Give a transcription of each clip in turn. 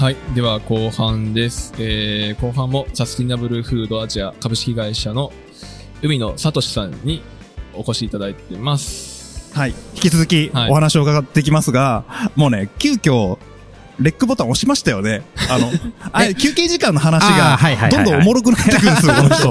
はい。では後半です。後半もサスティナブルフードアジア株式会社の海野聡さんにお越しいただいてます。 はい。引き続きお話を伺っていきますが、もうね、急遽、レックボタン押しましたよね。休憩時間の話が、どんどんおもろくなってくるんですよ、この人。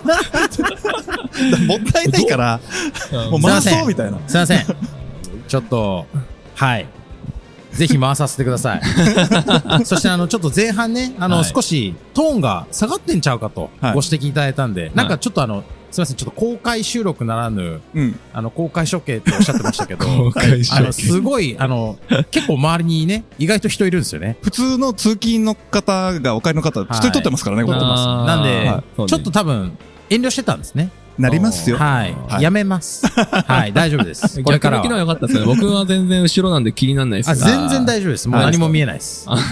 もったいないから、もう回そうみたいな。 すいません。ちょっと、はい。ぜひ回させてください。そしてちょっと前半ね、少しトーンが下がってんちゃうかとご指摘いただいたんで、なんかちょっとすいません、ちょっと公開収録ならぬ、公開処刑っておっしゃってましたけど、すごい、結構周りにね、意外と人いるんですよね。 普通の通勤の方が、お帰りの方、一人取ってますからね、 取ってます。なんで、ちょっと多分、遠慮してたんですね。 なりますよ。 はい。やめます。はい、大丈夫です。 これからは。逆の良かったですね。僕は全然後ろなんで気にならないです。 全然大丈夫です。もう何も見えないです。はい、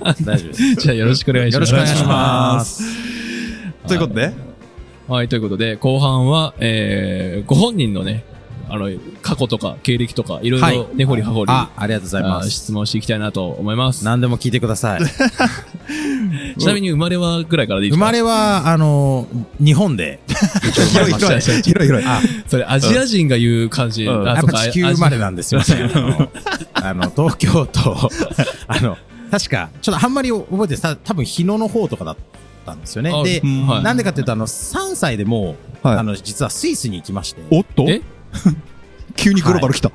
大丈夫です。 じゃあよろしくお願いします。 よろしくお願いします。 ということではい、ということで、後半は、ご本人のね、過去とか経歴とかいろいろ根掘り葉掘り、 ありがとうございます。 質問していきたいなと思います。 何でも聞いてください。 ちなみに生まれはぐらいからでいいですか？ 生まれは、日本で。 広い。 それアジア人が言う感じ。 やっぱ地球生まれなんですよね。東京都、確か、ちょっとあんまり覚えてない。多分日野の方とかだったんですよね。で、なんでかっていうと、3歳でもう、実はスイスに行きまして。 おっと急にグローバル来た。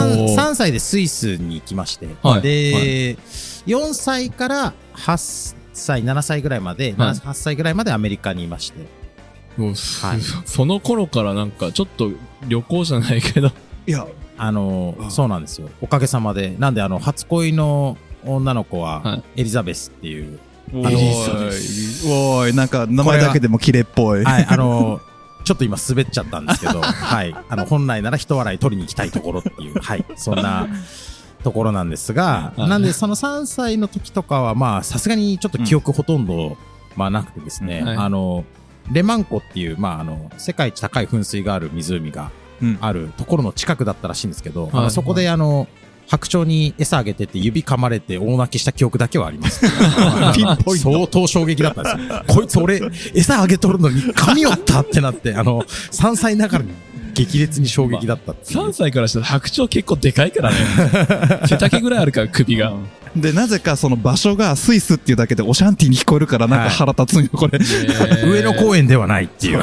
3歳でスイスに行きまして。で、4歳から8歳、7歳ぐらいまで、8歳ぐらいまでアメリカにいまして。 その頃からなんかちょっと旅行じゃないけど。 いや、 そうなんですよ。おかげさまで。なんで初恋の女の子は、エリザベスっていう。 おーい、なんか名前だけでも綺麗っぽい。 はい、ちょっと今滑っちゃったんですけど、はい。本来なら人笑い取りに行きたいところっていう、はい。そんなところなんですが、なんでその3歳の時とかは、まあ、さすがにちょっと記憶ほとんど、まあなくてですね、レマン湖っていう、まあ世界一高い噴水がある湖があるところの近くだったらしいんですけど、そこで白鳥に餌あげてて指噛まれて大泣きした記憶だけはあります。 ピンポイント。 相当衝撃だったんですよ。こいつ俺、餌あげとるのに噛みよったってなって、3歳ながらに激烈に衝撃だったっていう。 3歳からしたら白鳥結構でかいからね。背丈ぐらいあるから首が。 で、なぜかその場所がスイスっていうだけでオシャンティに聞こえるからなんか腹立つんよ、これ。 上野公園ではないっていう。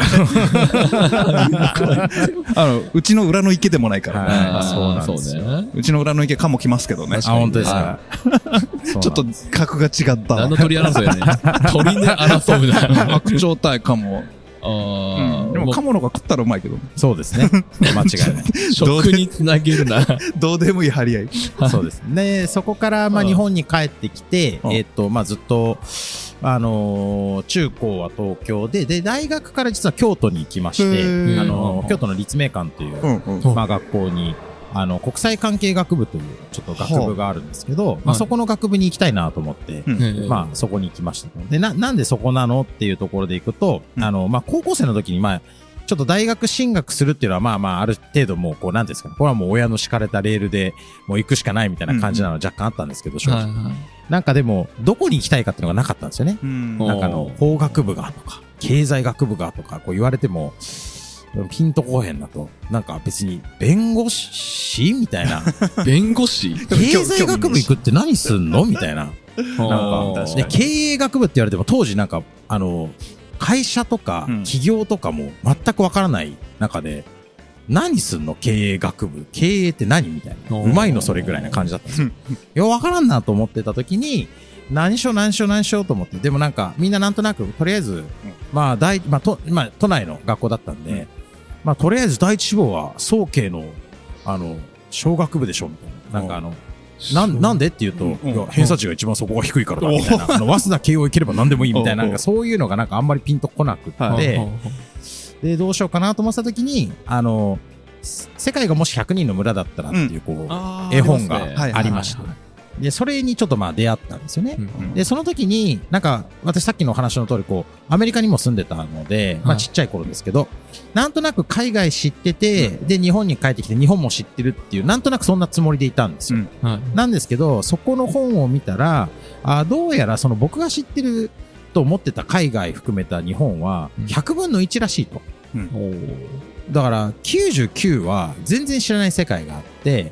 うちの裏の池でもないからね。 そうなんですよ。 うちの裏の池かも来ますけどね。 本当ですか。 ちょっと格が違った。 何の鳥争いやね。鳥で争うな。 白鳥対カモ。でもカモのが食ったらうまいけど。 そうですね。間違いない。 食につなげるな。 どうでもいい張り合い。 そうですね。そこからまあ日本に帰ってきて、まあずっと中高は東京で、大学から実は京都に行きまして、京都の立命館というまあ学校に。国際関係学部というちょっと学部があるんですけど、まあそこの学部に行きたいなと思って、まあそこに行きました。で、なんでそこなのっていうところで行くと、まあ高校生の時にまあ、ちょっと大学進学するっていうのはまあまあある程度もうこうなんですかね、これはもう親の敷かれたレールでもう行くしかないみたいな感じなの若干あったんですけど、正直。なんかでも、どこに行きたいかっていうのがなかったんですよね。なんか法学部がとか、経済学部がとかこう言われても、ピンとこへんなと。なんか別に、弁護士みたいな。 弁護士経済学部行くって何すんのみたいな。なんか、で、経営学部って言われても当時なんか、会社とか企業とかも全くわからない中で、何すんの経営学部。経営って何みたいな。うまいのそれぐらいな感じだったんですよ。いや、わからんなと思ってた時に、何しようと思って。でもなんか、みんななんとなく、とりあえず、まあ、都内の学校だったんで、まあ、とりあえず第一志望は、総計の、小学部でしょみたいな。なんかなんでって言うと、いや、偏差値が一番そこが低いからだ、みたいな。早稲田慶応行ければ何でもいいみたいな、なんかそういうのがなんかあんまりピンとこなくて、で、どうしようかなと思ってた時に、世界がもし100人の村だったらっていう、こう、絵本がありました。 で、それにちょっと出会ったんですよね。で、その時に、なんか、私さっきの話の通り、アメリカにも住んでたので、ちっちゃい頃ですけど、なんとなく海外知ってて、で、日本に帰ってきて日本も知ってるっていう、なんとなくそんなつもりでいたんですよ。なんですけど、そこの本を見たら、どうやら僕が知ってると思ってた海外含めた日本は、100分の1らしいと。だから99は全然知らない世界があって、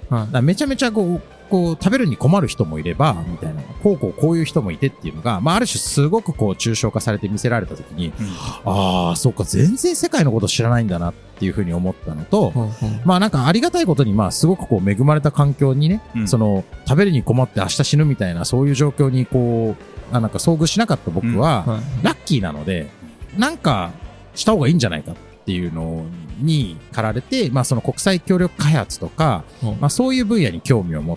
めちゃめちゃこう食べるに困る人もいればみたいなこういう人もいてっていうのが、ある種すごく抽象化されて見せられた時に、そうか全然世界のこと知らないんだなっていうふうに思ったのと、なんかありがたいことにすごく恵まれた環境にね、食べるに困って明日死ぬみたいなそういう状況になんか遭遇しなかった僕はラッキーなので、なんかした方がいいんじゃないかっていうのに駆られて、その国際協力開発とか、そういう分野に興味を持って、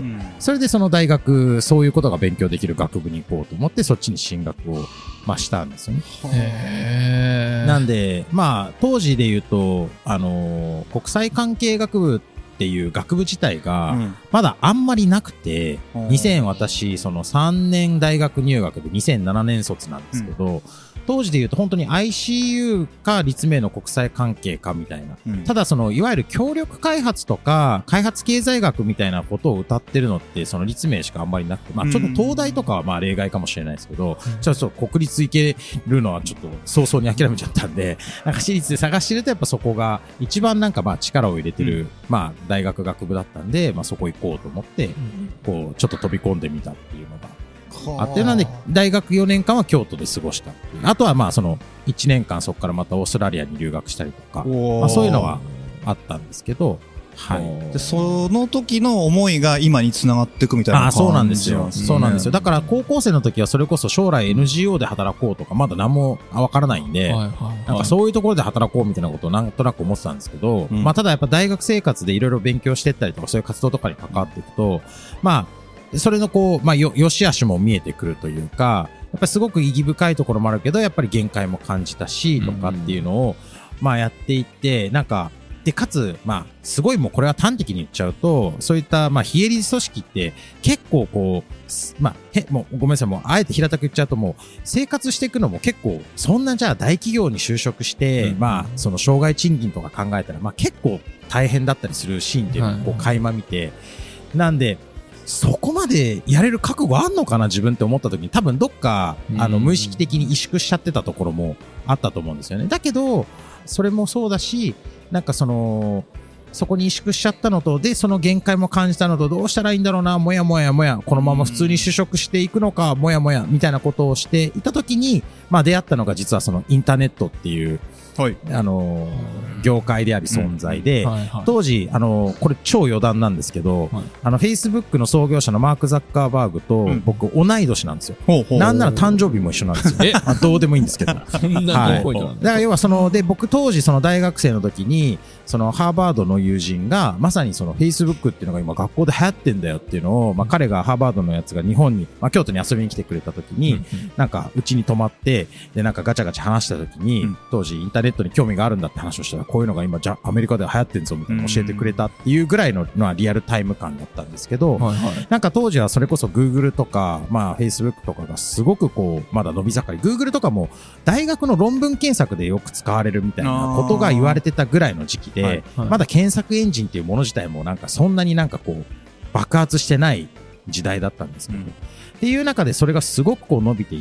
それでその大学、そういうことが勉強できる学部に行こうと思って、そっちに進学を、したんですよね。なんで、当時で言うと、国際関係学部っていう学部自体が、まだあんまりなくて、私、3年大学入学で2007年卒なんですけど、当時で言うと本当に ICU か立命の国際関係かみたいな、ただいわゆる協力開発とか開発経済学みたいなことを謳ってるのって立命しかあんまりなくて、ちょっと東大とかは例外かもしれないですけど、ちょっと国立行けるのはちょっと早々に諦めちゃったんで、なんか私立で探してるとやっぱそこが一番なんか力を入れてる、大学学部だったんで、そこ行こうと思ってちょっと飛び込んでみたっていうのがあって、なんで大学4年間は京都で過ごしたっていう。あとは1年間そこからまたオーストラリアに留学したりとか、そういうのはあったんですけど、 でその時の思いが今につながっていくみたいな感じ。 そうなんですよ。そうなんですよ。だから高校生の時はそれこそ将来 NGO で働こうとかまだ何もわからないんで、なんかそういうところで働こうみたいなことをなんとなく思ってたんですけど、ただやっぱ大学生活でいろいろ勉強してったりとかそういう活動とかに関わっていくと、それの良し悪しも見えてくるというか、やっぱりすごく意義深いところもあるけど、やっぱり限界も感じたし、とかっていうのを、やっていって、なんか、で、かつ、すごいもうこれは端的に言っちゃうと、そういった、非営利組織って結構もうごめんなさい、もうあえて平たく言っちゃうともう、生活していくのも結構、そんなじゃあ大企業に就職して、その障害賃金とか考えたら、結構大変だったりするシーンっていうのを垣間見て、なんで、そこまでやれる覚悟あんのかな自分って思った時に多分どっか無意識的に萎縮しちゃってたところもあったと思うんですよね。だけどそれもそうだし、なんかそこに萎縮しちゃったのとでその限界も感じたのと、どうしたらいいんだろうな、もやもやもや、このまま普通に就職していくのか、もやもやみたいなことをしていた時に出会ったのが実はそのインターネットっていう業界であり存在で、当時これ超余談なんですけど、Facebook の創業者のマーク・ザッカーバーグと僕同い年なんですよ。なんなら誕生日も一緒なんですよ。どうでもいいんですけど。 そんなポイントなんだ。 だから要はで僕当時大学生の時にハーバードの友人がまさにFacebook っていうのが今学校で流行ってんだよっていうのを、彼がハーバードのやつが日本に、京都に遊びに来てくれた時に、なんかうちに泊まってでなんかガチャガチャ話した時に、当時インターネットに興味があるんだって話をしたら、こういうのが今アメリカでは流行ってんぞみたいなのを教えてくれたっていうぐらいのはリアルタイム感だったんですけど、なんか当時はそれこそ Google とかFacebook とかがすごくまだ伸び盛り、Google とかも大学の論文検索でよく使われるみたいなことが言われてたぐらいの時期で、まだ検索エンジンっていうもの自体もなんかそんなになんか爆発してない時代だったんですけど、っていう中でそれがすごく伸びていって、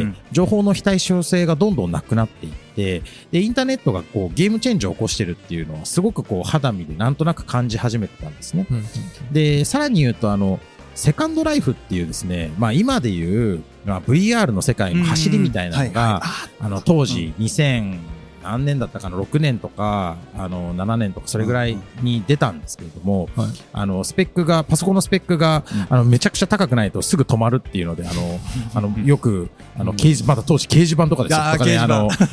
情報の非対称性がどんどんなくなっていって、でインターネットがゲームチェンジを起こしてるっていうのはすごく肌身でなんとなく感じ始めてたんですね。でさらに言うとセカンドライフっていうですね、今でいう、VR の世界の走りみたいなのが、当時2000何年だったかな、6年とか7年とかそれぐらいに出たんですけれども、スペックがパソコンのスペックがめちゃくちゃ高くないとすぐ止まるっていうのでよくまだ当時掲示板とかですよ、とかね、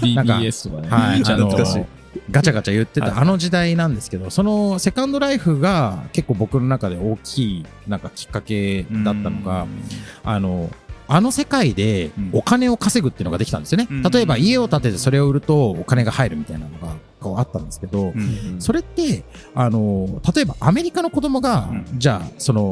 BBS とかね、 懐かしいガチャガチャ言ってた時代なんですけど、そのセカンドライフが結構僕の中で大きいなんかきっかけだったのが、世界でお金を稼ぐっていうのができたんですよね。例えば家を建ててそれを売るとお金が入るみたいなのがあったんですけど、それって例えばアメリカの子供がじゃあ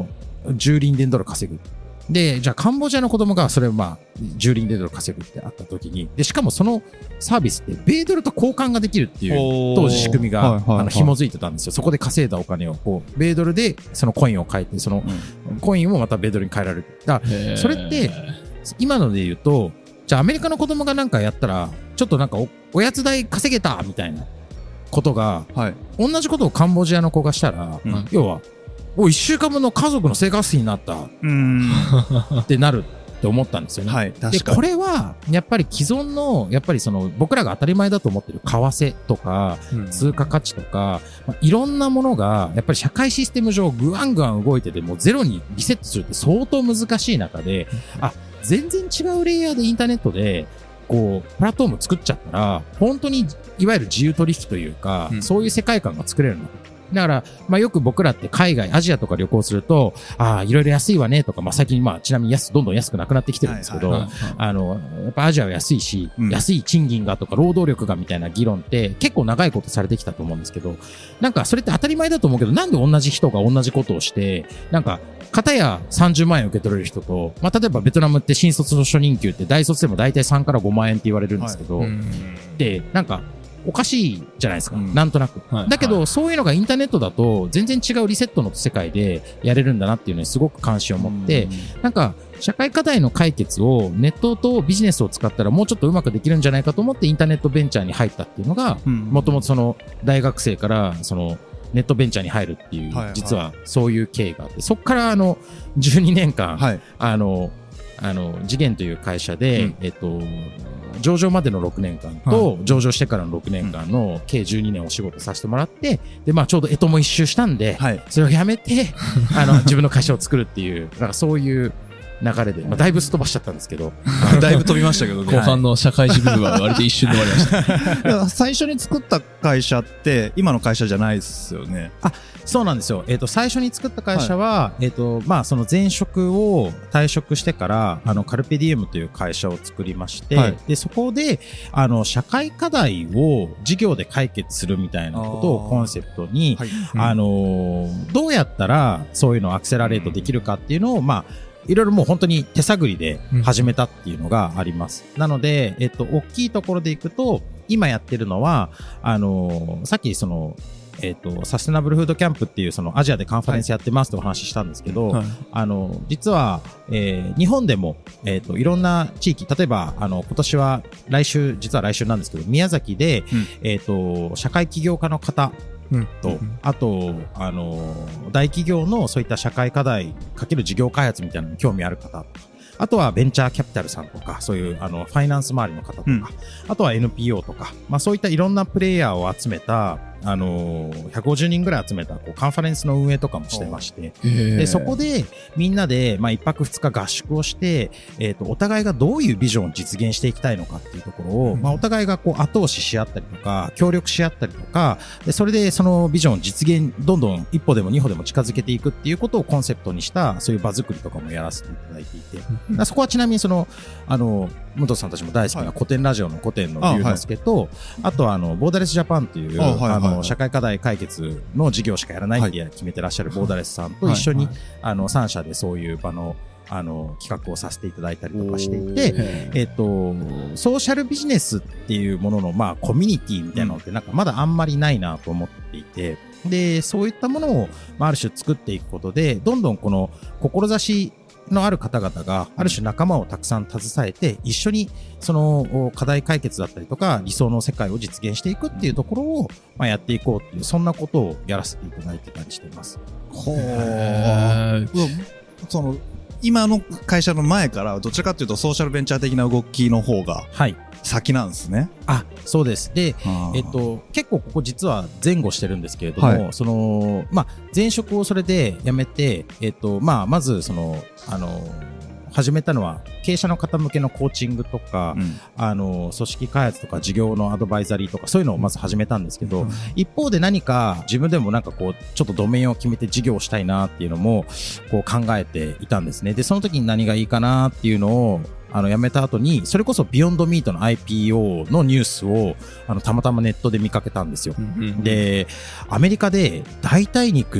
10リンデンドル稼ぐ。で、じゃあカンボジアの子供がそれをまあ、10リンデンドル稼ぐってあった時に、で、しかもそのサービスって米ドルと交換ができるっていう当時仕組みが、紐づいてたんですよ。そこで稼いだお金を、こう、米ドルでそのコインを変えて、そのコインをまた米ドルに変えられる。だから、それって、今ので言うと、じゃあアメリカの子供がなんかやったら、ちょっとなんかおやつ代稼げたみたいなことが、同じことをカンボジアの子がしたら、要は、1週間分の家族の生活費になったってなるって思ったんですよね。 はい、確かに。 で、これはやっぱり既存のやっぱりその僕らが当たり前だと思ってる為替とか通貨価値とか、いろんなものがやっぱり社会システム上グワングワン動いててもゼロにリセットするって相当難しい中で、全然違うレイヤーでインターネットでこうプラットフォーム作っちゃったら本当にいわゆる自由取引というか、そういう世界観が作れるの。だから、よく僕らって海外、アジアとか旅行すると、いろいろ安いわねとか、最近ちなみにどんどん安くなくなってきてるんですけど、やっぱアジアは安いし、安い賃金がとか労働力がみたいな議論って結構長いことされてきたと思うんですけど、なんかそれって当たり前だと思うけど、なんで同じ人が同じことをして、なんか、片や30万円受け取れる人と、例えばベトナムって新卒の初任給って大卒でも大体3から5万円って言われるんですけど、で、なんか、おかしいじゃないですか。なんとなく。だけど、そういうのがインターネットだと、全然違うリセットの世界でやれるんだなっていうのにすごく関心を持って、なんか、社会課題の解決をネットとビジネスを使ったらもうちょっとうまくできるんじゃないかと思ってインターネットベンチャーに入ったっていうのが、もともとその大学生からそのネットベンチャーに入るっていう、実はそういう経緯があって、そこから12年間、次元という会社で、上場までの6年間と、上場してからの6年間の計12年お仕事させてもらって、で、ちょうど干支も一周したんで、それをやめて、自分の会社を作るっていう、なんかそういう流れで、だいぶすっ飛ばしちゃったんですけど。 だいぶ飛びましたけどね。 後半の社会人部分は割と一瞬で終わりました。 最初に作った会社って、今の会社じゃないですよね。 そうなんですよ。最初に作った会社は、その前職を退職してから、カルペディエムという会社を作りまして、で、そこで、社会課題を事業で解決するみたいなことをコンセプトに、どうやったらそういうのをアクセラレートできるかっていうのを、いろいろもう本当に手探りで始めたっていうのがあります。なので、大きいところでいくと、今やってるのは、さっきその、サステナブルフードキャンプっていうそのアジアでカンファレンスやってますってお話ししたんですけど、実は、日本でも、いろんな地域、例えば、今年は実は来週なんですけど、宮崎で、社会起業家の方、あと、大企業のそういった社会課題かける事業開発みたいなのに興味ある方、あとはベンチャーキャピタルさんとか、そういうファイナンス周りの方とか、あとは NPO とか、そういったいろんなプレイヤーを集めた、150人ぐらい集めたカンファレンスの運営とかもしてまして、でそこでみんなで1泊2日合宿をして、お互いがどういうビジョンを実現していきたいのかっていうところを、お互いが後押しし合ったりとか、協力し合ったりとか、でそれでそのビジョンを実現、どんどん一歩でも二歩でも近づけていくっていうことをコンセプトにした、そういう場作りとかもやらせていただいていて、そこはちなみに武藤さんたちも大好きな古典ラジオの古典の龍之介と、あとはボーダレスジャパンという、社会課題解決の事業しかやらないって決めてらっしゃるボーダレスさんと一緒に、3社でそういう場の企画をさせていただいたりとかしていて、ソーシャルビジネスっていうものの、コミュニティみたいなのってなんかまだあんまりないなと思っていて、で、そういったものを、ある種作っていくことで、どんどんこの志のある方々がある種仲間をたくさん携えて一緒にその課題解決だったりとか理想の世界を実現していくっていうところをやっていこうっていうそんなことをやらせていただいてたりしています。 その今の会社の前からどちらかというとソーシャルベンチャー的な動きの方が先なんですね。 そうです。で、結構ここ実は前後してるんですけれども、前職をそれで辞めて、まず始めたのは経営者の方向けのコーチングとか、組織開発とか事業のアドバイザリーとかそういうのをまず始めたんですけど、一方で何か自分でもなんかちょっとドメインを決めて事業をしたいなっていうのも考えていたんですね。で、その時に何がいいかなっていうのを辞めた後に、それこそビヨンドミートの IPO のニュースを、たまたまネットで見かけたんですよ。で、アメリカで代替肉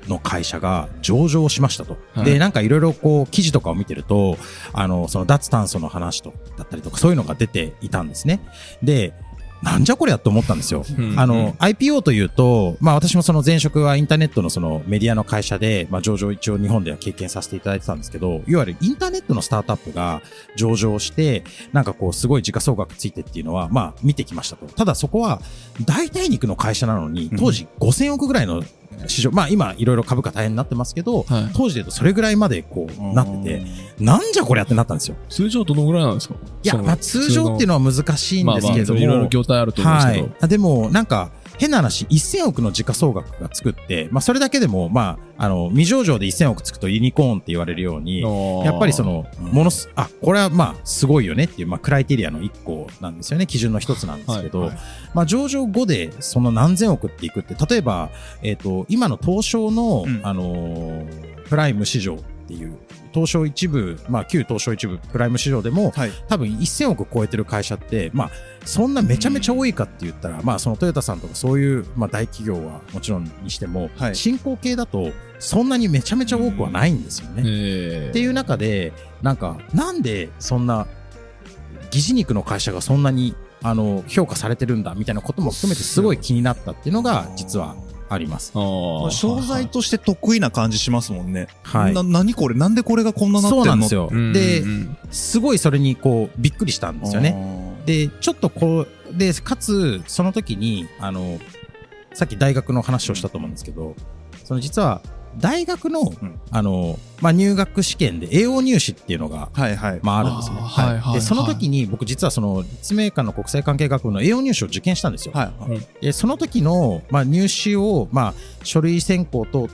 の会社が上場しましたと。 はい、 で、なんかいろいろこう記事とかを見てると、その脱炭素の話だったりとかそういうのが出ていたんですね。で、なんじゃこりゃと思ったんですよ。IPO というと、まあ私もその前職はインターネットのそのメディアの会社で、まあ上場一応日本では経験させていただいてたんですけど、いわゆるインターネットのスタートアップが上場して、なんかこうすごい時価総額ついてっていうのは、まあ見てきましたと。ただそこは代替肉の会社なのに、当時5000億ぐらいの市場、まあ今いろいろ株価大変になってますけど、はい、当時で言うとそれぐらいまでこうなってて、なんじゃこりゃってなったんですよ。 通常どのぐらいなんですか？ いや、まあ通常っていうのは難しいんですけども、 いろいろ業態あると思うんですけど、 はい、でもなんか変な話、1000億の時価総額がつくって、まあそれだけでも、まあ未上場で1000億つくとユニコーンって言われるように、やっぱりそのこれはまあすごいよねっていう、まあクライテリアの一個なんですよね、基準の一つなんですけど、はいはい、まあ上場後でその何千億っていくって、例えば今の東証の、プライム市場っていう東証一部、まあ旧東証一部プライム市場でも、はい、多分1000億超えてる会社って、まあそんなめちゃめちゃ多いかって言ったら、まあそのトヨタさんとかそういう、まあ大企業はもちろんにしても、はい、新興系だとそんなにめちゃめちゃ多くはないんですよね。っていう中で、なんでそんな疑似肉の会社がそんなに評価されてるんだみたいなことも含めてすごい気になったっていうのが実はあります。 商材として得意な感じしますもんね。 はい。 何これ、なんでこれがこんななってんの？ そうなんですよ。で、すごいそれにこうびっくりしたんですよね。で、ちょっとこうでかつその時にさっき大学の話をしたと思うんですけど、その実は大学の、まあ、入学試験で栄養入試っていうのが、はいはい、まあ、あるんですね。はいはい、で、その時に僕実はその立命館の国際関係学部の栄養入試を受験したんですよ。はいはい、で、その時の、まあ、入試を、まあ、書類選考を通って、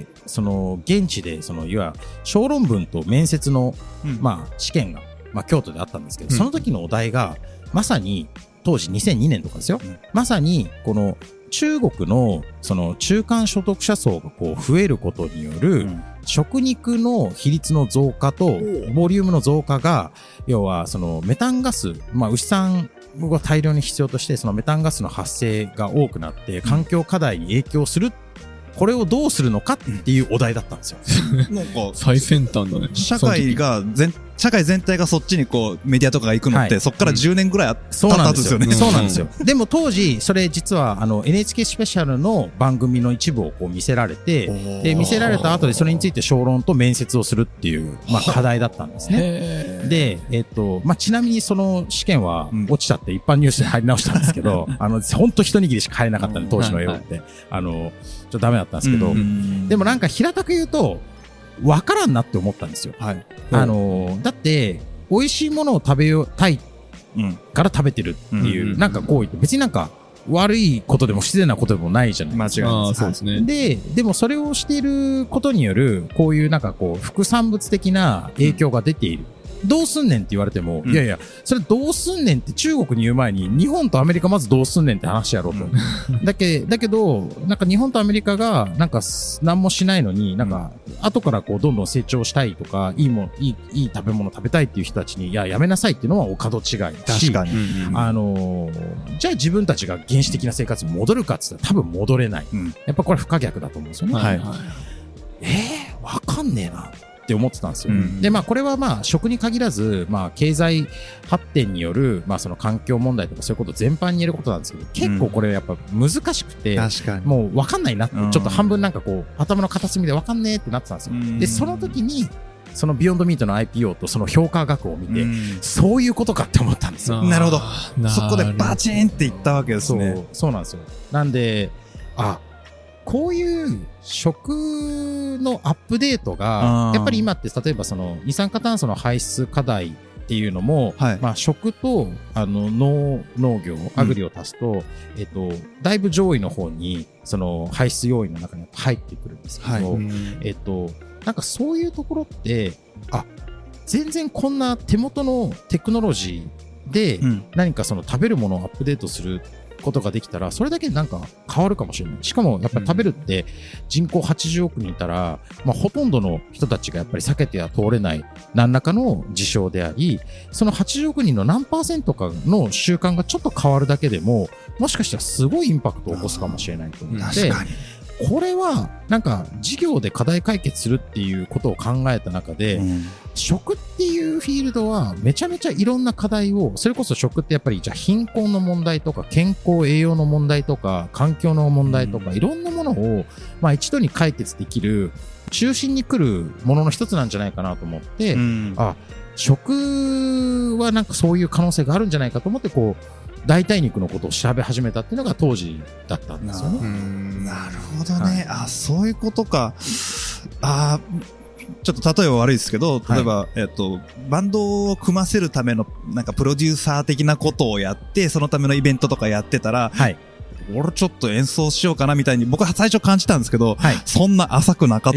その、現地で、その、いわゆる小論文と面接の、まあ、試験が、まあ、京都であったんですけど、その時のお題が、まさに、当時2002年とかですよ。まさに、この、中国のその中間所得者層がこう増えることによる食肉の比率の増加とボリュームの増加が、要はそのメタンガス、まあ牛さんが大量に必要としてそのメタンガスの発生が多くなって環境課題に影響する。これをどうするのかっていうお題だったんですよ。 なんか最先端だね。 社会全体がそっちにこうメディアとかが行くのって、はい、そっから10年ぐらい経ったんですよね。 そうなんですよ。でも当時それ実はNHK スペシャルの番組の一部をこう見せられて、で見せられた後でそれについて小論と面接をするっていうまあ課題だったんですね。でまあちなみにその試験は落ちちゃって一般入試で入り直したんですけど、本当一握りしか入れなかったんで当時の英語ってちょっとダメだったんですけど、でもなんか平たく言うとわからんなって思ったんですよ。はい、だって、美味しいものを食べようたいから食べてるっていう、なんか行為って別になんか悪いことでも不自然なことでもないじゃないですか。 間違いない。 そうですね。 でもそれをしていることによる、こういうなんかこう、副産物的な影響が出ている。どうすんねんって言われても、いやいや、それどうすんねんって中国に言う前に、日本とアメリカまずどうすんねんって話やろうと。だけど、なんか日本とアメリカが、なんか何もしないのに、なんか、後からこう、どんどん成長したいとか、いい食べ物食べたいっていう人たちに、いや、やめなさいっていうのはお門違いだし、 確かに。 じゃあ自分たちが原始的な生活に戻るかって言ったら多分戻れない。やっぱこれ不可逆だと思うんですよね。はい。わかんねえな。って思ってたんですよ。で、まあこれはまあ食に限らず、まあ経済発展による、まあその環境問題とかそういうこと全般に言えることなんですけど、結構これやっぱ難しくて、もう分かんないなって、ちょっと半分なんかこう頭の片隅で分かんねえってなってたんですよ。で、その時に、そのビヨンドミートの IPO とその評価額を見て、そういうことかって思ったんですよ。 なるほど。そこでバチンっていったわけですね。 そうなんですよ。なんで、こういう食のアップデートが、やっぱり今って例えばその二酸化炭素の排出課題っていうのも、まあ食と農業、アグリを足すと、だいぶ上位の方にその排出要因の中に入ってくるんですけど、なんかそういうところって、全然こんな手元のテクノロジーで何かその食べるものをアップデートすることができたらそれだけでなんか変わるかもしれない。しかもやっぱり食べるって人口80億人いたら、まあほとんどの人たちがやっぱり避けては通れない何らかの事象であり、その80億人の何%かの習慣がちょっと変わるだけでももしかしたらすごいインパクトを起こすかもしれないと思って、 これはなんか事業で課題解決するっていうことを考えた中で、食っていうフィールドはめちゃめちゃいろんな課題を、それこそ食ってやっぱりじゃあ貧困の問題とか健康栄養の問題とか環境の問題とかいろんなものをまあ一度に解決できる中心に来るものの一つなんじゃないかなと思って、食はなんかそういう可能性があるんじゃないかと思ってこう代替肉のことを調べ始めたっていうのが当時だったんですよね。 なるほどね。そういうことか。ちょっと例えば悪いですけど、例えば、バンドを組ませるためのなんかプロデューサー的なことをやって、そのためのイベントとかやってたら、俺ちょっと演奏しようかなみたいに僕は最初感じたんですけど、そんな浅くなかった。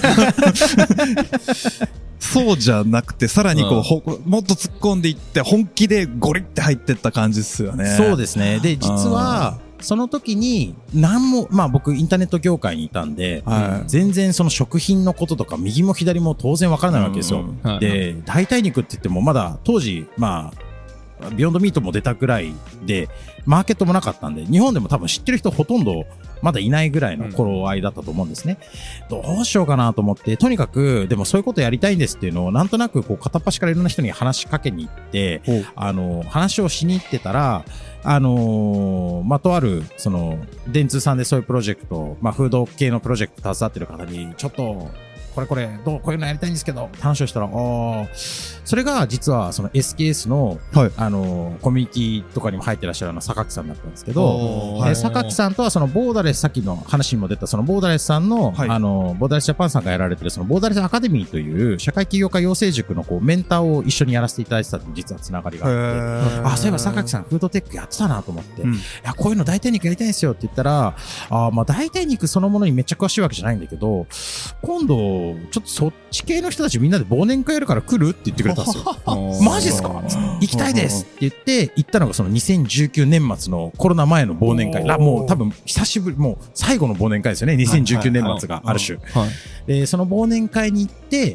そうじゃなくて、さらにこう、もっと突っ込んでいって、本気でゴリって入ってった感じですよね。 そうですね。で、実は、その時に、まあ僕インターネット業界にいたんで、全然その食品のこととか右も左も当然わからないわけですよ。で、代替肉って言ってもまだ当時、まあ、ビヨンドミートも出たぐらいで、マーケットもなかったんで、日本でも多分知ってる人ほとんどまだいないぐらいの頃合いだったと思うんですね。どうしようかなと思って、とにかく、でもそういうことやりたいんですっていうのを、なんとなくこう片っ端からいろんな人に話しかけに行って、話をしに行ってたら、まあ、とある、その、電通さんでそういうプロジェクト、まあ、フード系のプロジェクト携わってる方に、ちょっと、こういうのやりたいんですけど、話をしたら、それが実はその SKS の、コミュニティとかにも入ってらっしゃる榊さんだったんですけど、榊さんとはそのボーダレス、さっきの話にも出たそのボーダレスさんの、ボーダレスジャパンさんがやられてるそのボーダレスアカデミーという社会起業家養成塾のこうメンターを一緒にやらせていただいてたって実はつながりがあって、そういえば榊さんフードテックやってたなと思って、いや、こういうの代替肉やりたいんですよって言ったら、まあ代替肉そのものにめっちゃ詳しいわけじゃないんだけど、今度、ちょっとそっち系の人たちみんなで忘年会やるから来るって言ってくれたんですよ。マジっすか行きたいですって言って、行ったのがその2019年末のコロナ前の忘年会。もう多分久しぶり、もう最後の忘年会ですよね。2019年末がある種。で、その忘年会に行って、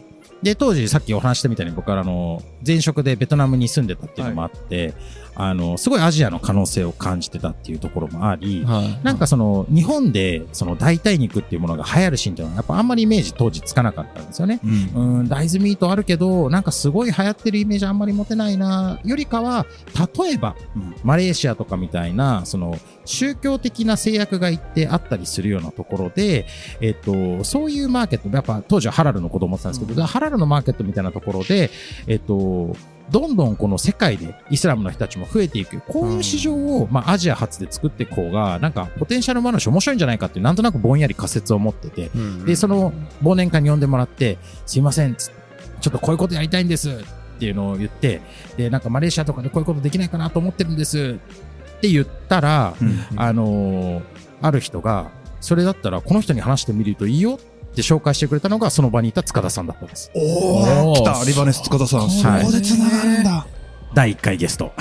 で、当時さっきお話したみたいに僕は前職でベトナムに住んでたっていうのもあって、すごいアジアの可能性を感じてたっていうところもあり、なんかその日本でその代替肉っていうものが流行るシーンっていうのはやっぱあんまりイメージ当時つかなかったんですよね。大豆ミートあるけど、なんかすごい流行ってるイメージあんまり持てないな、よりかは、例えば、マレーシアとかみたいな、その宗教的な制約が一定あったりするようなところで、そういうマーケット、やっぱ当時はハラルの子供って言ってたんですけど、ハラルのマーケットみたいなところで、どんどんこの世界でイスラムの人たちも増えていく。こういう市場を、まあアジア発で作っていく方が、なんかポテンシャルもあるし面白いんじゃないかっていう、なんとなくぼんやり仮説を持ってて、で、その忘年会に呼んでもらって、すいません、ちょっとこういうことやりたいんですっていうのを言って、で、なんかマレーシアとかでこういうことできないかなと思ってるんですって言ったら、ある人が、それだったらこの人に話してみるといいよって紹介してくれたのがその場にいた塚田さんだったんです。 来た、リバネス塚田さん。そこで繋がるんだ。 第1回ゲスト。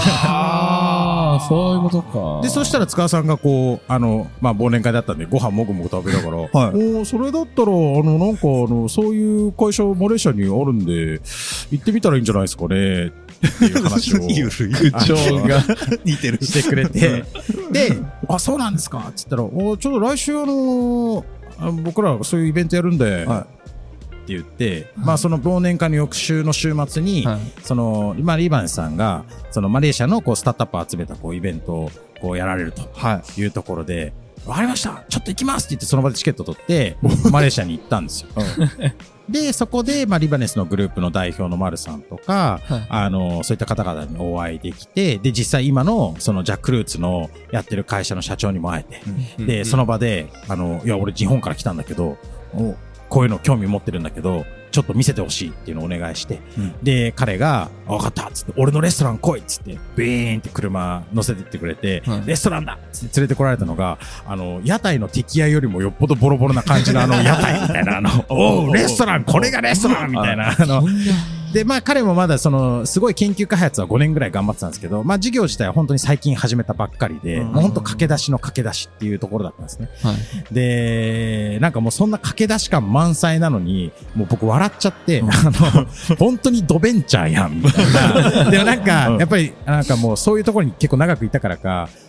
そういうことか。 で、そしたら塚田さんがこう、まあ、忘年会だったんでご飯もぐもぐ食べながら、それだったら、なんかそういう会社マレーシアにあるんで、行ってみたらいいんじゃないですかね。っていう話を。 口調が似てる。 してくれて。で、そうなんですかって言ったら、ちょっと来週僕らそういうイベントやるんで、って言って、まあその忘年会の翌週の週末に、その、リバンさんが、そのマレーシアのこうスタートアップを集めたこうイベントをこうやられるというところで、わかりましたちょっと行きますって言ってその場でチケット取って、マレーシアに行ったんですよ。で、そこで、リバネスのグループの代表の丸さんとか、そういった方々にお会いできて、で、実際今の、そのジャックルーツのやってる会社の社長にも会えて、で、その場で、いや、俺日本から来たんだけど、こういうの興味持ってるんだけど、ちょっと見せてほしいっていうのをお願いして、で、彼が、わかったっつって、俺のレストラン来いっつって、ビーンって車乗せてってくれて、レストランだっつって連れてこられたのが、屋台の敵屋よりもよっぽどボロボロな感じの屋台みたいな、おう、レストランこれがレストランみたいな、で、彼もまだすごい研究開発は5年ぐらい頑張ってたんですけど、事業自体は本当に最近始めたばっかりで、もう本当駆け出しの駆け出しっていうところだったんですね。で、なんかもうそんな駆け出し感満載なのに、もう僕笑っちゃって、本当にドベンチャーやん、みたいな。でもなんか、やっぱり、なんかもうそういうところに結構長くいたからか、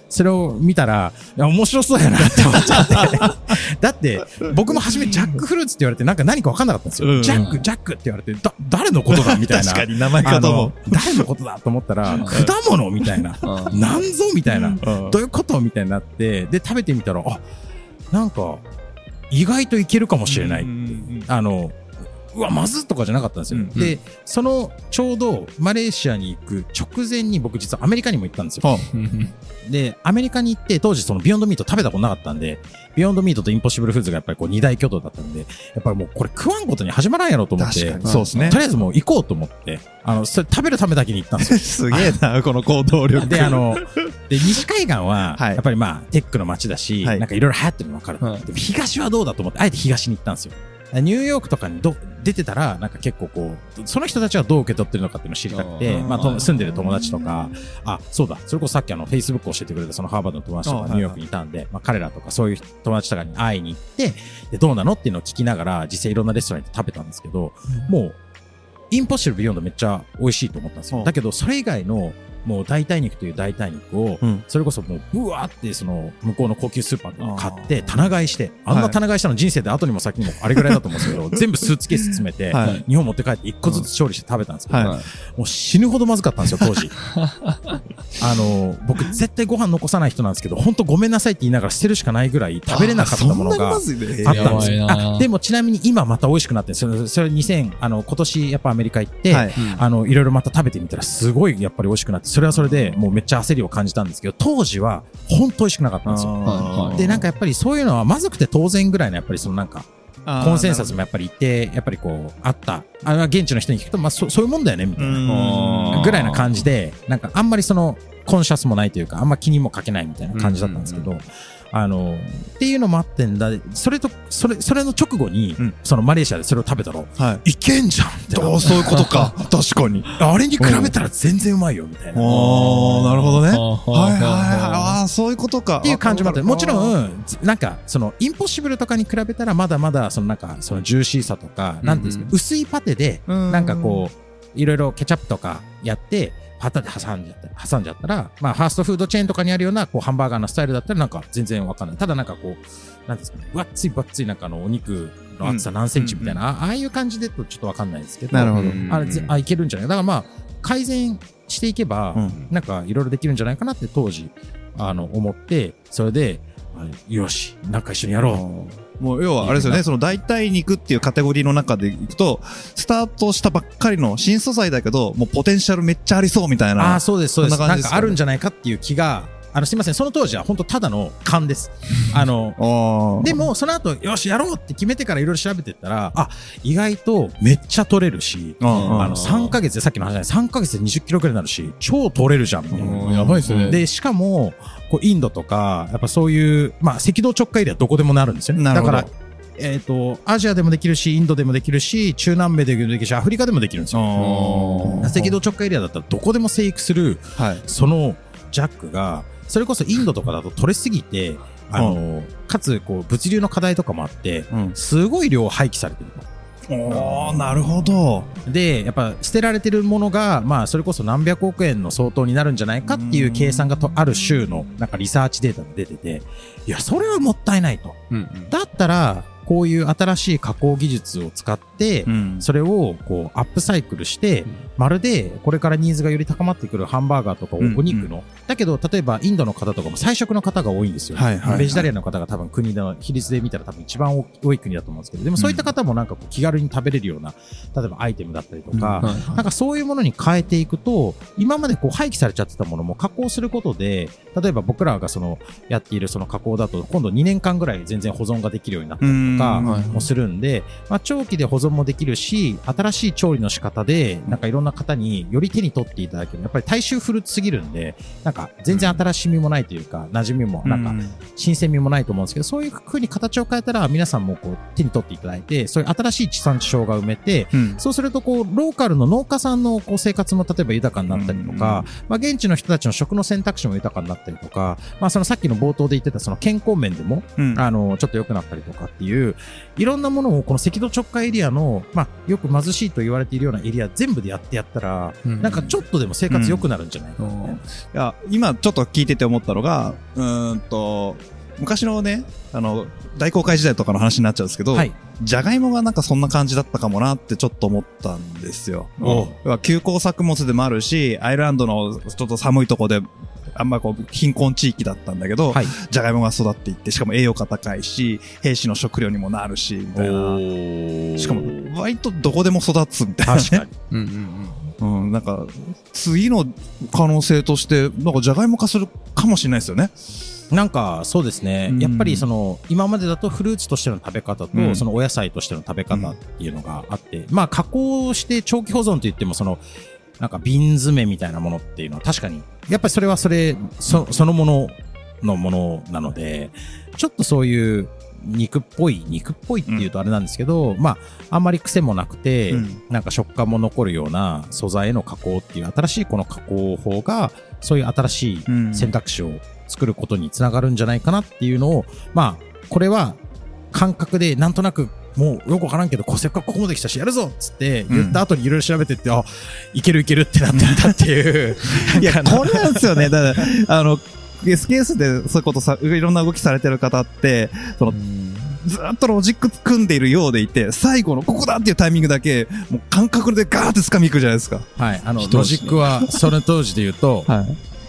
それを見たら、いや面白そうやなって思っちゃって。だって、僕も初めジャックフルーツって言われて、なんか何か分かんなかったんですよ。ジャックって言われて、誰のことだみたいな。 確かに名前かとも。 誰のことだと思ったら、果物みたいな。なんぞみたいな。どういうことみたいになって、で、食べてみたら、あ、なんか、意外といけるかもしれないって。うわ、まずっとかじゃなかったんですよ。で、ちょうどマレーシアに行く直前に僕実はアメリカにも行ったんですよ。で、アメリカに行って当時そのビヨンドミート食べたことなかったんで、ビヨンドミートとインポッシブルフーズがやっぱりこう二大巨頭だったんで、やっぱりもうこれ食わんことに始まらんやろと思って、 そうですね。 とりあえずもう行こうと思って、それ食べるためだけに行ったんですよ。 すげえな、この行動力。 で、西海岸は、やっぱりまあ、テックの街だし、なんかいろいろ流行ってるの分かる。でも東はどうだと思って、あえて東に行ったんですよ。ニューヨークとかに出てたら、なんか結構こう、その人たちはどう受け取ってるのかっていうのを知りたくて、まあ、住んでる友達とか、あ、そうだ、それこそさっきFacebook 教えてくれたそのハーバードの友達とかニューヨークにいたんで、まあ彼らとかそういう友達とかに会いに行って、で、どうなのっていうのを聞きながら、実際いろんなレストランで食べたんですけど、もう、インポッシブルビヨンドめっちゃ美味しいと思ったんですよ。だけど、それ以外の、もう代替肉という代替肉を、それこそもうブワーってその向こうの高級スーパーで買って棚買いして、あんな棚買いしたの人生で後にも先にもあれぐらいだと思うんですけど、全部スーツケース詰めて、日本持って帰って1個ずつ調理して食べたんですけど、もう死ぬほどまずかったんですよ、当時。僕絶対ご飯残さない人なんですけど、本当ごめんなさいって言いながら捨てるしかないぐらい食べれなかったものがあったんですよ。でもちなみに今また美味しくなってそれ今年やっぱアメリカ行って、いろいろまた食べてみたらすごいやっぱり美味しくなって、それはそれでもうめっちゃ焦りを感じたんですけど、当時は本当美味しくなかったんですよ。で、なんかやっぱりそういうのはまずくて当然ぐらいのやっぱりそのなんか、コンセンサスもやっぱりいて、やっぱりこう、あった。現地の人に聞くと、まあそういうもんだよね、みたいな。ぐらいな感じで、なんかあんまりその、コンシャスもないというか、あんま気にもかけないみたいな感じだったんですけど、っていうのもあってんだ。それの直後に、そのマレーシアでそれを食べたら、いけんじゃんって。 そういうことか。確かに。 あれに比べたら全然うまいよ、みたいな。 なるほどね。そういうことか。 っていう感じもあって、もちろん、なんか、その、インポッシブルとかに比べたら、まだまだ、そのなんか、そのジューシーさとか、なんていうんですか、薄いパテで、なんかこう、いろいろケチャップとかやって、パタで挟んじゃったら、まあ、ファーストフードチェーンとかにあるような、こう、ハンバーガーのスタイルだったら、なんか全然わかんない。ただなんかこう、なんですかね、分厚いなんかお肉の厚さ何センチみたいな、ああいう感じでとちょっとわかんないですけど、 なるほど。 いけるんじゃないか。だからまあ、改善していけば、なんかいろいろできるんじゃないかなって当時、思って、それで、よし、なんか一緒にやろう。 もう要はあれですよね、その代替肉っていうカテゴリーの中でいくと、スタートしたばっかりの新素材だけど、もうポテンシャルめっちゃありそうみたいな。 そうです、そうです。なんかあるんじゃないかっていう気が、すいません、その当時は本当ただの勘です。でも、その後、よし、やろうって決めてからいろいろ調べていったら、意外とめっちゃ取れるし、3ヶ月で、さっきの話じゃない、3ヶ月で20キロくらいになるし、超取れるじゃん、みたいな。 やばいですね。 で、しかも、こうインドとか、やっぱそういう、まあ、赤道直下エリアどこでもなるんですよね。だから、アジアでもできるし、インドでもできるし、中南米でもできるし、アフリカでもできるんですよ。赤道直下エリアだったらどこでも生育する、そのジャックが、それこそインドとかだと取れすぎて、かつ、こう、物流の課題とかもあって、すごい量廃棄されてると。 なるほど。 で、やっぱ捨てられてるものが、まあそれこそ何百億円の相当になるんじゃないかっていう計算がある州のなんかリサーチデータが出てて、いや、それはもったいないと。だったら、こういう新しい加工技術を使って、それをこうアップサイクルして、まるでこれからニーズがより高まってくるハンバーガーとかお肉の、だけど例えばインドの方とかも菜食の方が多いんですよ。ベジタリアンの方が多分国の比率で見たら多分一番多い国だと思うんですけど、でもそういった方もなんかこう気軽に食べれるような、例えばアイテムだったりとか、なんかそういうものに変えていくと、今までこう廃棄されちゃってたものも加工することで、例えば僕らがそのやっているその加工だと今度2年間ぐらい全然保存ができるようになったりとかもするんで、まあ長期で保存もできるし、新しい調理の仕方でなんかいろんな方により手に取っていただける。やっぱり大衆フルーツすぎるんで、なんか全然新しみもないというか、馴染みもなんか新鮮味もないと思うんですけど、そういう風に形を変えたら皆さんもこう手に取っていただいて、そういう新しい地産地消が埋めて、そうするとこうローカルの農家さんのこう生活も例えば豊かになったりとか、まあ現地の人たちの食の選択肢も豊かになったりとか、まあそのさっきの冒頭で言ってたその健康面でも、ちょっと良くなったりとかっているいろんなものをこの赤道直下エリアの、まあ、よく貧しいと言われているようなエリア全部でやったら、なんかちょっとでも生活良くなるんじゃないかな、ね。 いや、今ちょっと聞いてて思ったのが、昔のね、大航海時代とかの話になっちゃうんですけど、はい、じゃがいもがなんかそんな感じだったかもなってちょっと思ったんですよ。休耕作物でもあるし、アイルランドのちょっと寒いとこで、あんまこう貧困地域だったんだけど、はい、じゃがいもが育っていって、しかも栄養価高いし、兵士の食料にもなるし、みたいな。しかも、割とどこでも育つみたいな、ね。確かに。なんか、次の可能性として、なんかじゃがいも化するかもしれないですよね。 なんかそうですね、やっぱりその今までだとフルーツとしての食べ方とそのお野菜としての食べ方っていうのがあって、まあ加工して長期保存といってもそのなんか瓶詰めみたいなものっていうのは確かにやっぱりそれはそのもののものなので、ちょっとそういう肉っぽいっていうとあれなんですけど、まああんまり癖もなくて、なんか食感も残るような素材への加工っていう新しいこの加工法がそういう新しい選択肢を作ることにつながるんじゃないかなっていうのを、まあこれは感覚でなんとなくもうよくわからんけどせっかくここまで来たしやるぞっつって言った後にいろいろ調べてって、あ、いけるってなってたっていういやこれなんですよね。だからSKS でそういうことさ、いろんな動きされてる方ってずっとロジック組んでいるようでいて、最後のここだっていうタイミングだけもう感覚でガーって掴みいくじゃないですか。 はい、ロジックはその当時で言うと、はい、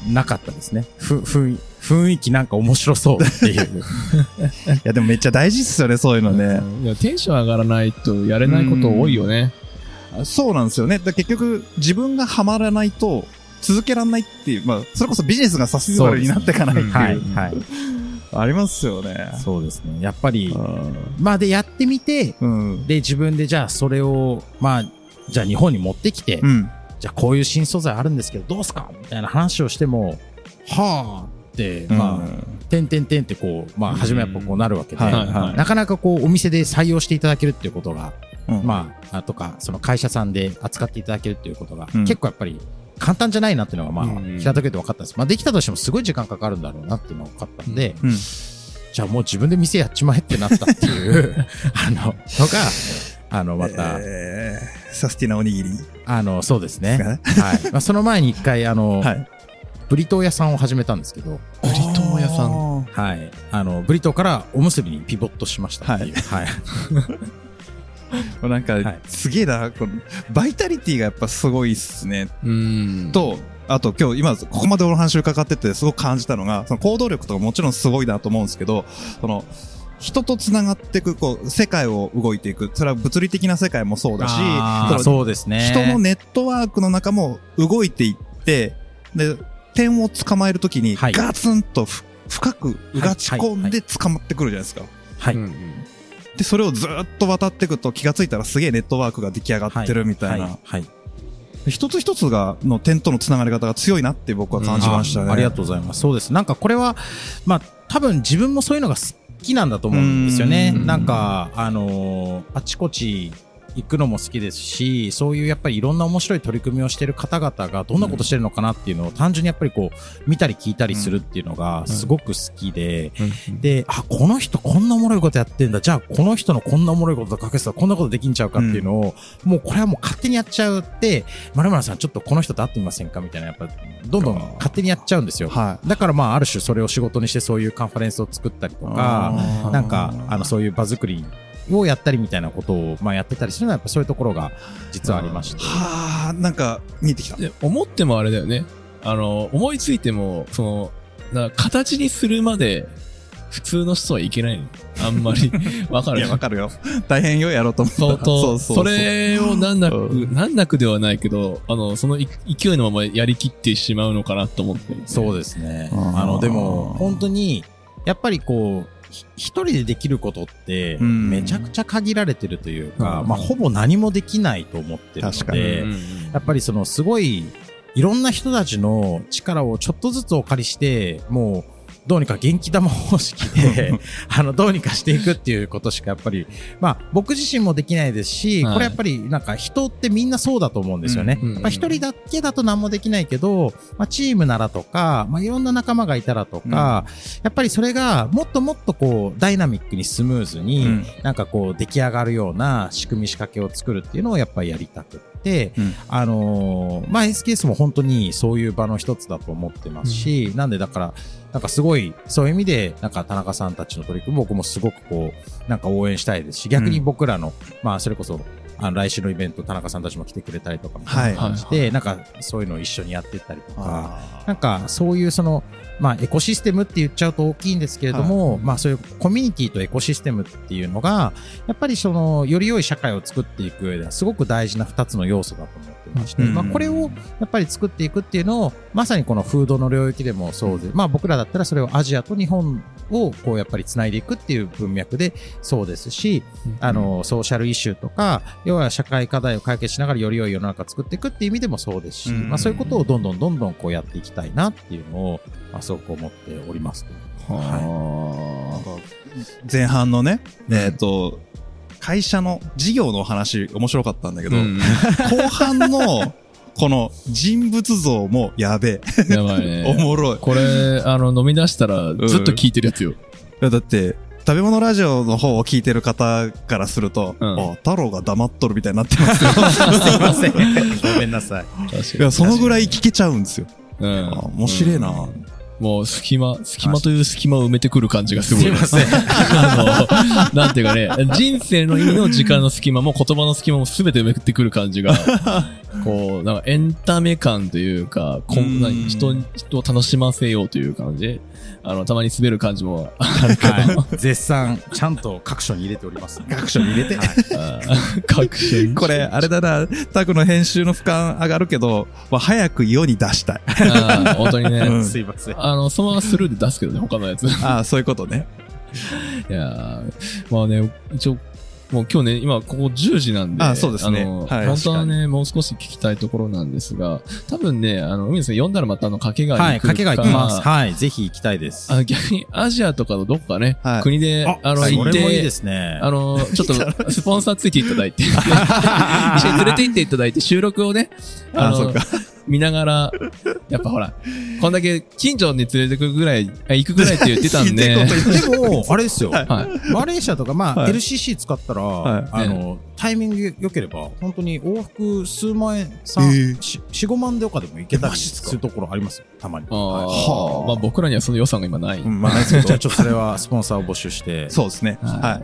なかったですね。雰囲気なんか面白そうっていう。いやでもめっちゃ大事っすよね、そういうのね。 いやテンション上がらないとやれないこと多いよね。 そうなんですよね。だ結局自分がハマらないと続けられないっていう、まあそれこそビジネスがサスティナブルになっていかないっていう。はい、はい。ありますよね。 そうですね。やっぱり、まあでやってみて、で自分でじゃあそれを、まあ、じゃあ日本に持ってきて、じゃあこういう新素材あるんですけどどうすかみたいな話をしても、はぁって、まあ、てんってこう、まあ初めはやっぱこうなるわけで、なかなかこうお店で採用していただけるっていうことが、まあ、とか、その会社さんで扱っていただけるっていうことが、結構やっぱり、簡単じゃないなっていうのがまあ平たく言って分かったんです。まあできたとしてもすごい時間かかるんだろうなっていうのが分かったんで、じゃあもう自分で店やっちまえってなったっていうのがまた、 サスティなおにぎりそうですね。はい。まあその前に一回ブリトー屋さんを始めたんですけど、 ブリトー屋さん、 はい。ブリトーからおむすびにピボットしましたっていう。はい。 なんか、すげえな、バイタリティがやっぱすごいっすね。と、あと今ここまでお話伺っててすごく感じたのが、その行動力とかもちろんすごいなと思うんですけど、人と繋がっていく、世界を動いていく。それは物理的な世界もそうだし、 そうですね。 人のネットワークの中も動いていって、で、点を捕まえるときに、ガツンと深くうがち込んで捕まってくるじゃないですか。はい。で、それをずっと渡っていくと気がついたらすげえネットワークが出来上がってるみたいな。はい。一つ一つの点とのつながり方が強いなって僕は感じましたね。 ありがとうございます。そうです。なんかこれは、まあ、多分自分もそういうのが好きなんだと思うんですよね。なんか、あちこち行くのも好きですし、そういうやっぱりいろんな面白い取り組みをしている方々がどんなことしてるのかなっていうのを単純にやっぱりこう見たり聞いたりするっていうのがすごく好きで、で、この人こんなおもろいことやってんだ、じゃあこの人のこんなおもろいこととかけてたらこんなことできんちゃうかっていうのを、もうこれはもう勝手にやっちゃうって、〇〇さんちょっとこの人と会ってみませんかみたいな、やっぱどんどん勝手にやっちゃうんですよ。だからまあある種それを仕事にしてそういうカンファレンスを作ったりとか、なんかそういう場作りをやったりみたいなことをまあやってたりするのはやっぱそういうところが実はありまして、 はあ、なんか見えてきた。 で思ってもあれだよね。思いついても形にするまで普通の人はいけないの。あんまりわかる。 いやわかるよ。大変よやろうと思ったら。 そう。それを難なくではないけど、その勢いのままやりきってしまうのかなと思って、ね。 そうですね。でも本当にやっぱりこう。一人でできることってめちゃくちゃ限られてるというか、まあほぼ何もできないと思ってるので、やっぱりすごいいろんな人たちの力をちょっとずつお借りして、もうどうにか元気玉方式で、どうにかしていくっていうことしかやっぱり、僕自身もできないですし、これやっぱりなんか人ってみんなそうだと思うんですよね。一人だけだと何もできないけど、チームならとか、いろんな仲間がいたらとか、やっぱりそれがもっともっとこう、ダイナミックにスムーズに、なんかこう、出来上がるような仕組み仕掛けを作るっていうのをやっぱりやりたくって、SKS も本当にそういう場の一つだと思ってますし、なんでだから、なんかすごい、そういう意味で、なんか田中さんたちの取り組み、僕もすごくこう、なんか応援したいですし、逆に僕らの、それこそ、来週のイベント、田中さんたちも来てくれたりとかもして、なんかそういうのを一緒にやっていったりとか、なんかそういうその、エコシステムって言っちゃうと大きいんですけれども、そういうコミュニティとエコシステムっていうのが、やっぱりその、より良い社会を作っていく上ではすごく大事な2つの要素だと思ってまして、これをやっぱり作っていくっていうのを、まさにこのフードの領域でもそうで、僕らだったらそれをアジアと日本をこうやっぱり繋いでいくっていう文脈でそうですし、ソーシャルイシューとか、要は社会課題を解決しながらより良い世の中を作っていくっていう意味でもそうですし、そういうことをどんどんこうやっていきたいなっていうのを、すごく思っております。 前半のね、会社の事業の話面白かったんだけど、後半のこの人物像もやべえ。 やばいね。 おもろい。 これ、飲み出したらずっと聞いてるやつよ。 だって、食べ物ラジオの方を聞いてる方からすると、太郎が黙っとるみたいになってますよ。 すいません。ごめんなさい。 いや、そのぐらい聞けちゃうんですよ。面白いな。 もう隙間という隙間を埋めてくる感じがすごい。 すいません。 なんていうかね、人生の意味の時間の隙間も言葉の隙間も全て埋めてくる感じが、こう、なんかエンタメ感というか、こんな人を楽しませようという感じで、たまに滑る感じもあるけど、 絶賛、ちゃんと各所に入れております。 各所に入れて。 各所に。 これ、あれだな、タクの編集の負荷上がるけど、早く世に出したい。 本当にね。 すいません。 そのままスルーで出すけどね、他のやつ。 そういうことね。 いやね、一応、もう今日ね、今ここ10時なんで、 そうですね。 本当はね、もう少し聞きたいところなんですが、多分ね、海野さん読んだらまた掛川に行くか。 はい、掛川行きます。はい、ぜひ行きたいです。 逆にアジアとかのどこかね、国で、行って、 それもいいですね。 ちょっと、スポンサーついていただいて、一緒に連れて行っていただいて、収録をね、 そうか。 見ながら、やっぱほら、こんだけ近所に連れてくぐらい、行くぐらいって言ってたんで。 でも、あれですよ。マレーシアとか、LCC 使ったら、タイミング良ければ、本当に往復数万円、4、5万でかでも行けたりするところありますよ。たまに。 僕らにはその予算が今ない。 じゃあちょっとそれはスポンサーを募集して。 そうですね。 はい。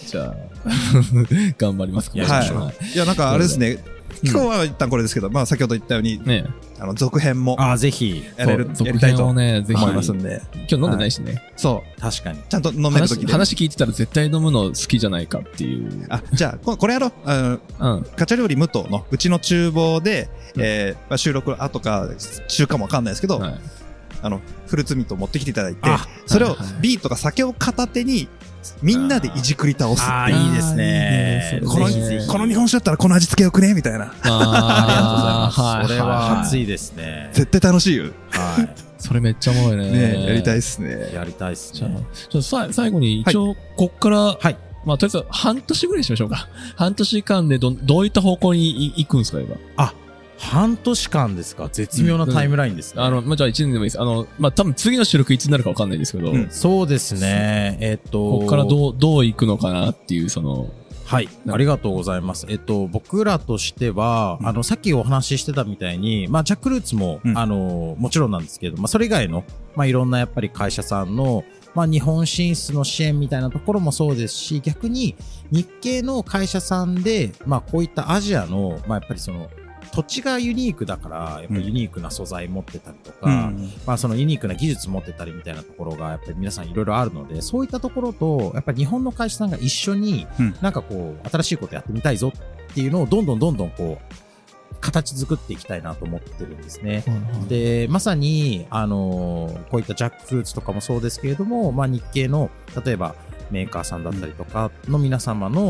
じゃあ、頑張りますか。 いや、なんかあれですね。今日は一旦これですけど、先ほど言ったように、続編も。 ぜひ。 やりたいと思いますんで。 今日飲んでないしね。 そう。 確かに。 ちゃんと飲めるときで。 話聞いてたら絶対飲むの好きじゃないかっていう。 じゃあ、これやろう。ガチャ料理無糖のうちの厨房で、収録後か中かもわかんないですけど、フルーツミートを持ってきていただいて、それをビールとか酒を片手に、みんなでいじくり倒すっていう。 いいですね。 この日本酒だったらこの味付けよくねみたいな。 ありがとうございます。それは熱いですね。 絶対楽しいよ。 はい。それめっちゃおもろいね。 やりたいっすね。 やりたいっすね。 ちょっと最後に一応、こっから、とりあえず半年ぐらいにしましょうか。半年間でどういった方向に行くんですか、今。 半年間ですか。絶妙なタイムラインですね。 じゃあ1年でもいいです。多分次の収録いつになるかわかんないですけど。 そうですね。 こっからどう行くのかなっていう、 はい。ありがとうございます。僕らとしては、さっきお話ししてたみたいに、ジャックルーツも、もちろんなんですけど、それ以外の、いろんなやっぱり会社さんの、日本進出の支援みたいなところもそうですし、逆に日系の会社さんで、こういったアジアの、やっぱり土地がユニークだから、やっぱりユニークな素材持ってたりとか、そのユニークな技術持ってたりみたいなところが、やっぱり皆さんいろいろあるので、そういったところと、やっぱり日本の会社さんが一緒に、なんかこう、新しいことやってみたいぞっていうのをどんどんこう、形作っていきたいなと思ってるんですね。で、まさに、こういったジャックフルーツとかもそうですけれども、日系の、例えば、メーカーさんだったりとかの皆様の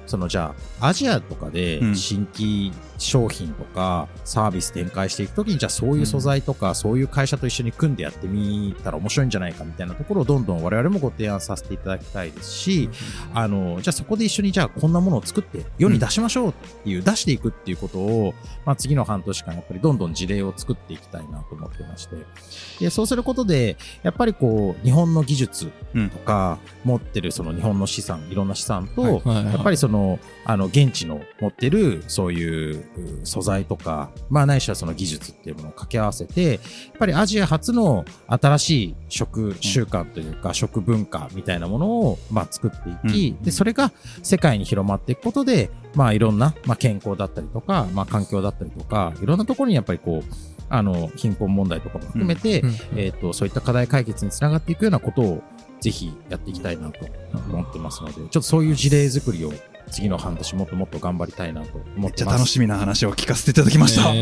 じゃあ、アジアとかで新規商品とかサービス展開していくときに、じゃあそういう素材とか、そういう会社と一緒に組んでやってみたら面白いんじゃないかみたいなところをどんどん我々もご提案させていただきたいですし、じゃあそこで一緒にじゃあこんなものを作って世に出しましょうっていう、出していくっていうことを、次の半年間やっぱりどんどん事例を作っていきたいなと思ってまして。で、そうすることで、やっぱり日本の技術とか、持ってるその日本の資産、いろんな資産と、やっぱり現地の持ってるそういう素材とか、ないしはその技術っていうものを掛け合わせて、やっぱりアジア初の新しい食習慣というか、食文化みたいなものを作っていき、で、それが世界に広まっていくことで、いろんな、健康だったりとか、環境だったりとか、いろんなところにやっぱり貧困問題とかも含めて、そういった課題解決につながっていくようなことをぜひやっていきたいなと思ってますので、ちょっとそういう事例作りを次の半年もっともっと頑張りたいなと思ってます。 めっちゃ楽しみな話を聞かせていただきました。はい。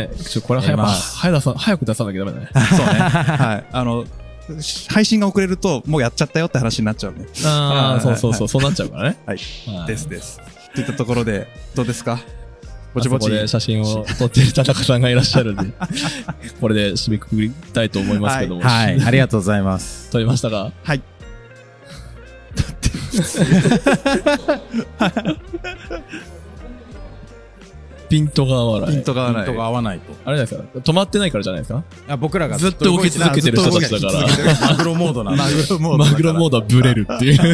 これ早く出さなきゃダメだね。 そうね。はい。配信が遅れるともうやっちゃったよって話になっちゃうね。 そうなっちゃうからね。 はい。です。といったところでどうですか？ぼちぼち。 そこで写真を撮っている田中さんがいらっしゃるんで、これで締めくくりたいと思いますけども。 はい。ありがとうございます。 撮りましたか？ はい。 ピントが合わない。 ピントが合わないと。 あれですか？止まってないからじゃないですか？ 僕らがずっと動き続けてる人たちだから。 マグロモードなんで。 マグロモードはブレるっていう。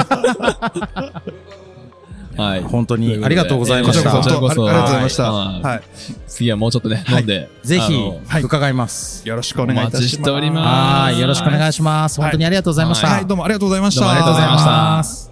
はい。 本当にありがとうございました。 こちらこそありがとうございました。はい。 次はもうちょっとね、飲んで。 ぜひ、伺います。 よろしくお願いいたします。 お待ちしております。 よろしくお願いします。本当にありがとうございました。 はい、どうもありがとうございました。 どうもありがとうございました。